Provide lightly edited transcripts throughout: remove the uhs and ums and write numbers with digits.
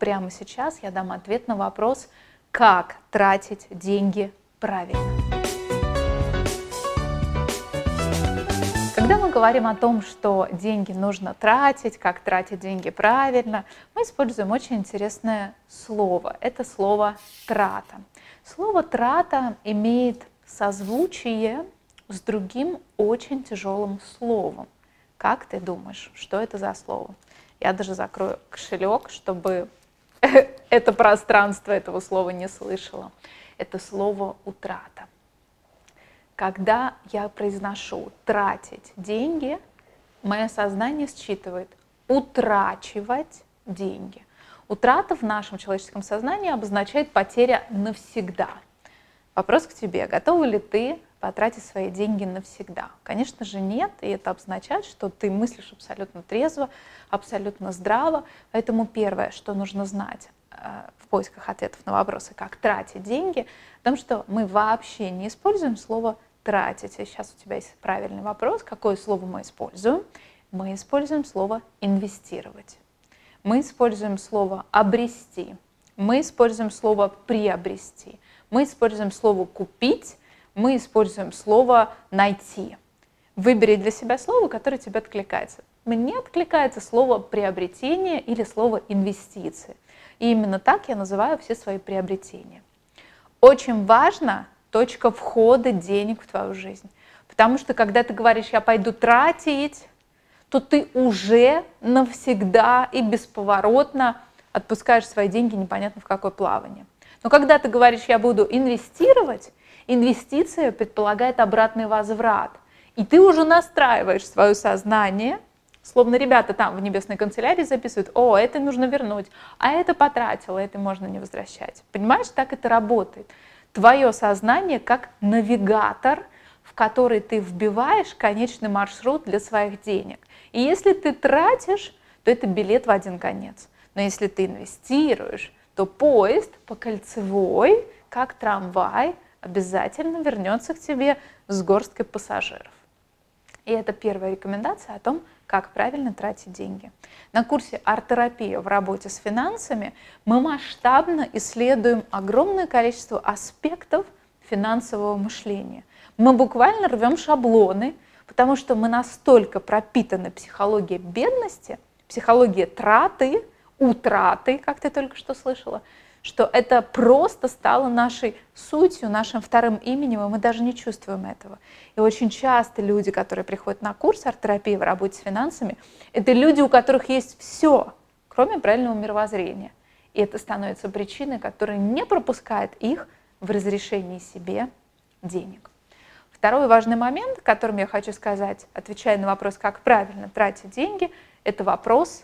прямо сейчас я дам ответ на вопрос, как тратить деньги правильно. Когда мы говорим о том, что деньги нужно тратить, как тратить деньги правильно, мы используем очень интересное слово. Это слово «трата». Слово «трата» имеет созвучие с другим очень тяжелым словом. Как ты думаешь, что это за слово? Я даже закрою кошелек, чтобы это пространство этого слова не слышало. Это слово «утрата». Когда я произношу «тратить деньги», мое сознание считывает «утрачивать деньги». Утрата в нашем человеческом сознании обозначает потеря навсегда. Вопрос к тебе: готова ли ты потратить свои деньги навсегда? Конечно же нет, и это обозначает, что ты мыслишь абсолютно трезво, абсолютно здраво. Поэтому первое, что нужно знать в поисках ответов на вопросы, как тратить деньги, в том, что мы вообще не используем слово «тратить». И сейчас у тебя есть правильный вопрос: какое слово мы используем? Мы используем слово «инвестировать». Мы используем слово «обрести». Мы используем слово «приобрести». Мы используем слово «купить». Мы используем слово «найти». Выбери для себя слово, которое тебе откликается. Мне откликается слово «приобретение» или слово «инвестиции». И именно так я называю все свои приобретения. Очень важна точка входа денег в твою жизнь. Потому что когда ты говоришь «я пойду тратить», то ты уже навсегда и бесповоротно отпускаешь свои деньги непонятно в какое плавание. Но когда ты говоришь «я буду инвестировать», инвестиция предполагает обратный возврат. И ты уже настраиваешь свое сознание, словно ребята там в небесной канцелярии записывают: «О, это нужно вернуть, а это потратила, это можно не возвращать». Понимаешь, так это работает. Твое сознание как навигатор, в который ты вбиваешь конечный маршрут для своих денег. И если ты тратишь, то это билет в один конец. Но если ты инвестируешь, то поезд по кольцевой, как трамвай, обязательно вернется к тебе с горсткой пассажиров. И это первая рекомендация о том, как правильно тратить деньги. На курсе «Арт-терапия в работе с финансами» мы масштабно исследуем огромное количество аспектов финансового мышления. Мы буквально рвем шаблоны, потому что мы настолько пропитаны психологией бедности, психологией траты, утраты, как ты только что слышала, что это просто стало нашей сутью, нашим вторым именем, и мы даже не чувствуем этого. И очень часто люди, которые приходят на курс «Арт-терапия в работе с финансами», это люди, у которых есть все, кроме правильного мировоззрения. И это становится причиной, которая не пропускает их в разрешении себе денег. Второй важный момент, о котором я хочу сказать, отвечая на вопрос, как правильно тратить деньги, это вопрос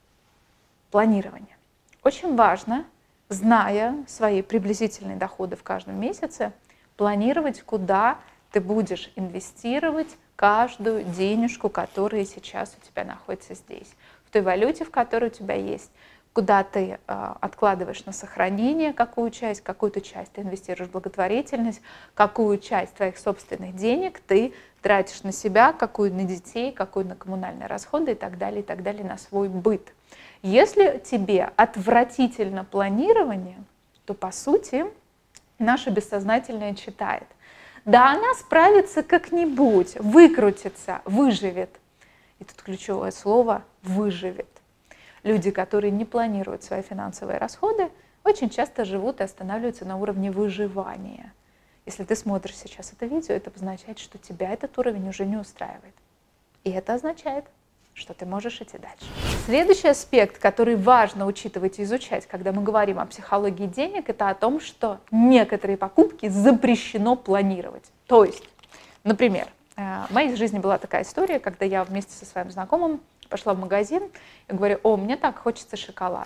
планирования. Очень важно, зная свои приблизительные доходы в каждом месяце, планировать, куда ты будешь инвестировать каждую денежку, которая сейчас у тебя находится здесь, в той валюте, в которой у тебя есть, куда ты откладываешь на сохранение какую-то часть ты инвестируешь в благотворительность, какую часть твоих собственных денег ты тратишь на себя, какую на детей, какую на коммунальные расходы и так далее, на свой быт. Если тебе отвратительно планирование, то, по сути, наше бессознательное читает: да она справится как-нибудь, выкрутится, выживет. И тут ключевое слово «выживет». Люди, которые не планируют свои финансовые расходы, очень часто живут и останавливаются на уровне выживания. Если ты смотришь сейчас это видео, это означает, что тебя этот уровень уже не устраивает. И это означает, что ты можешь идти дальше. Следующий аспект, который важно учитывать и изучать, когда мы говорим о психологии денег, это о том, что некоторые покупки запрещено планировать. То есть, например, в моей жизни была такая история, когда я вместе со своим знакомым пошла в магазин и говорю: «О, мне так хочется шоколада».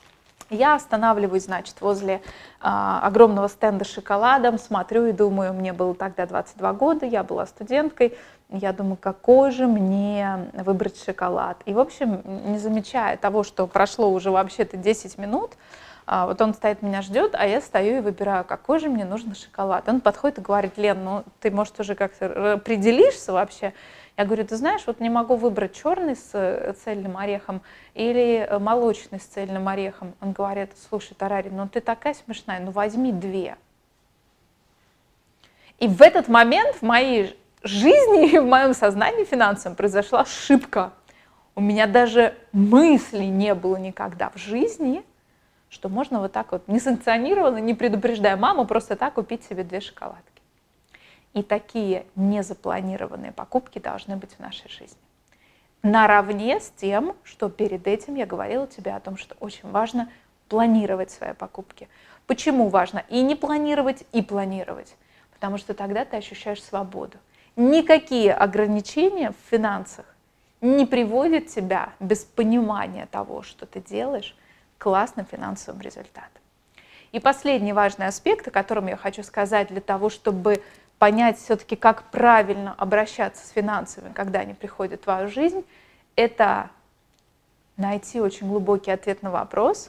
Я останавливаюсь, значит, возле огромного стенда с шоколадом, смотрю и думаю, мне было тогда 22 года, я была студенткой, я думаю, какой же мне выбрать шоколад. И, в общем, не замечая того, что прошло уже вообще-то 10 минут, Вот он стоит, меня ждет, а я стою и выбираю, какой же мне нужен шоколад. Он подходит и говорит: Лен, ну ты, может, уже как-то определишься вообще? Я говорю: ты знаешь, вот не могу выбрать черный с цельным орехом или молочный с цельным орехом. Он говорит: слушай, Тарари, ну ты такая смешная, ну возьми 2. И в этот момент в моей жизни и в моем сознании финансовом произошла ошибка. У меня даже мысли не было никогда в жизни, что можно вот так вот несанкционированно, не предупреждая маму, просто так купить себе 2 шоколадки. И такие незапланированные покупки должны быть в нашей жизни. Наравне с тем, что перед этим я говорила тебе о том, что очень важно планировать свои покупки. Почему важно и не планировать, и планировать? Потому что тогда ты ощущаешь свободу. Никакие ограничения в финансах не приводят тебя без понимания того, что ты делаешь, к классным финансовым результатам. И последний важный аспект, о котором я хочу сказать для того, чтобы понять все-таки, как правильно обращаться с финансами, когда они приходят в твою жизнь, это найти очень глубокий ответ на вопрос,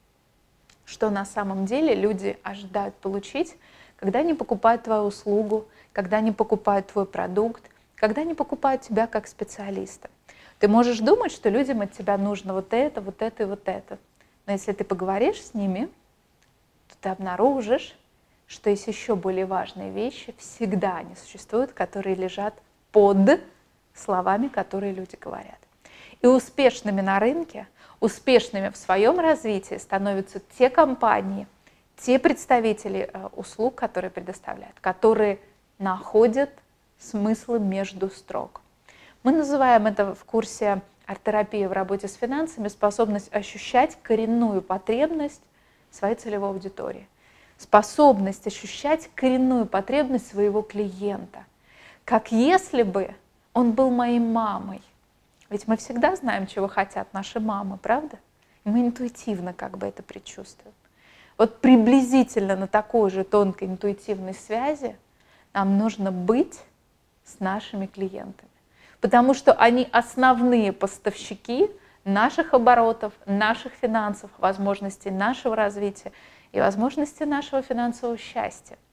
что на самом деле люди ожидают получить, когда они покупают твою услугу, когда они покупают твой продукт, когда они покупают тебя как специалиста. Ты можешь думать, что людям от тебя нужно вот это, вот это и вот это. Но если ты поговоришь с ними, то ты обнаружишь, что есть еще более важные вещи, всегда они существуют, которые лежат под словами, которые люди говорят. И успешными на рынке, успешными в своем развитии становятся те компании, те представители услуг, которые предоставляют, которые находят смыслы между строк. Мы называем это в курсе арт-терапии в работе с финансами способность ощущать коренную потребность своей целевой аудитории, способность ощущать коренную потребность своего клиента, как если бы он был моей мамой. Ведь мы всегда знаем, чего хотят наши мамы, правда? И мы интуитивно как бы это предчувствуем. Вот приблизительно на такой же тонкой интуитивной связи нам нужно быть с нашими клиентами, потому что они основные поставщики наших оборотов, наших финансов, возможностей нашего развития и возможностей нашего финансового счастья.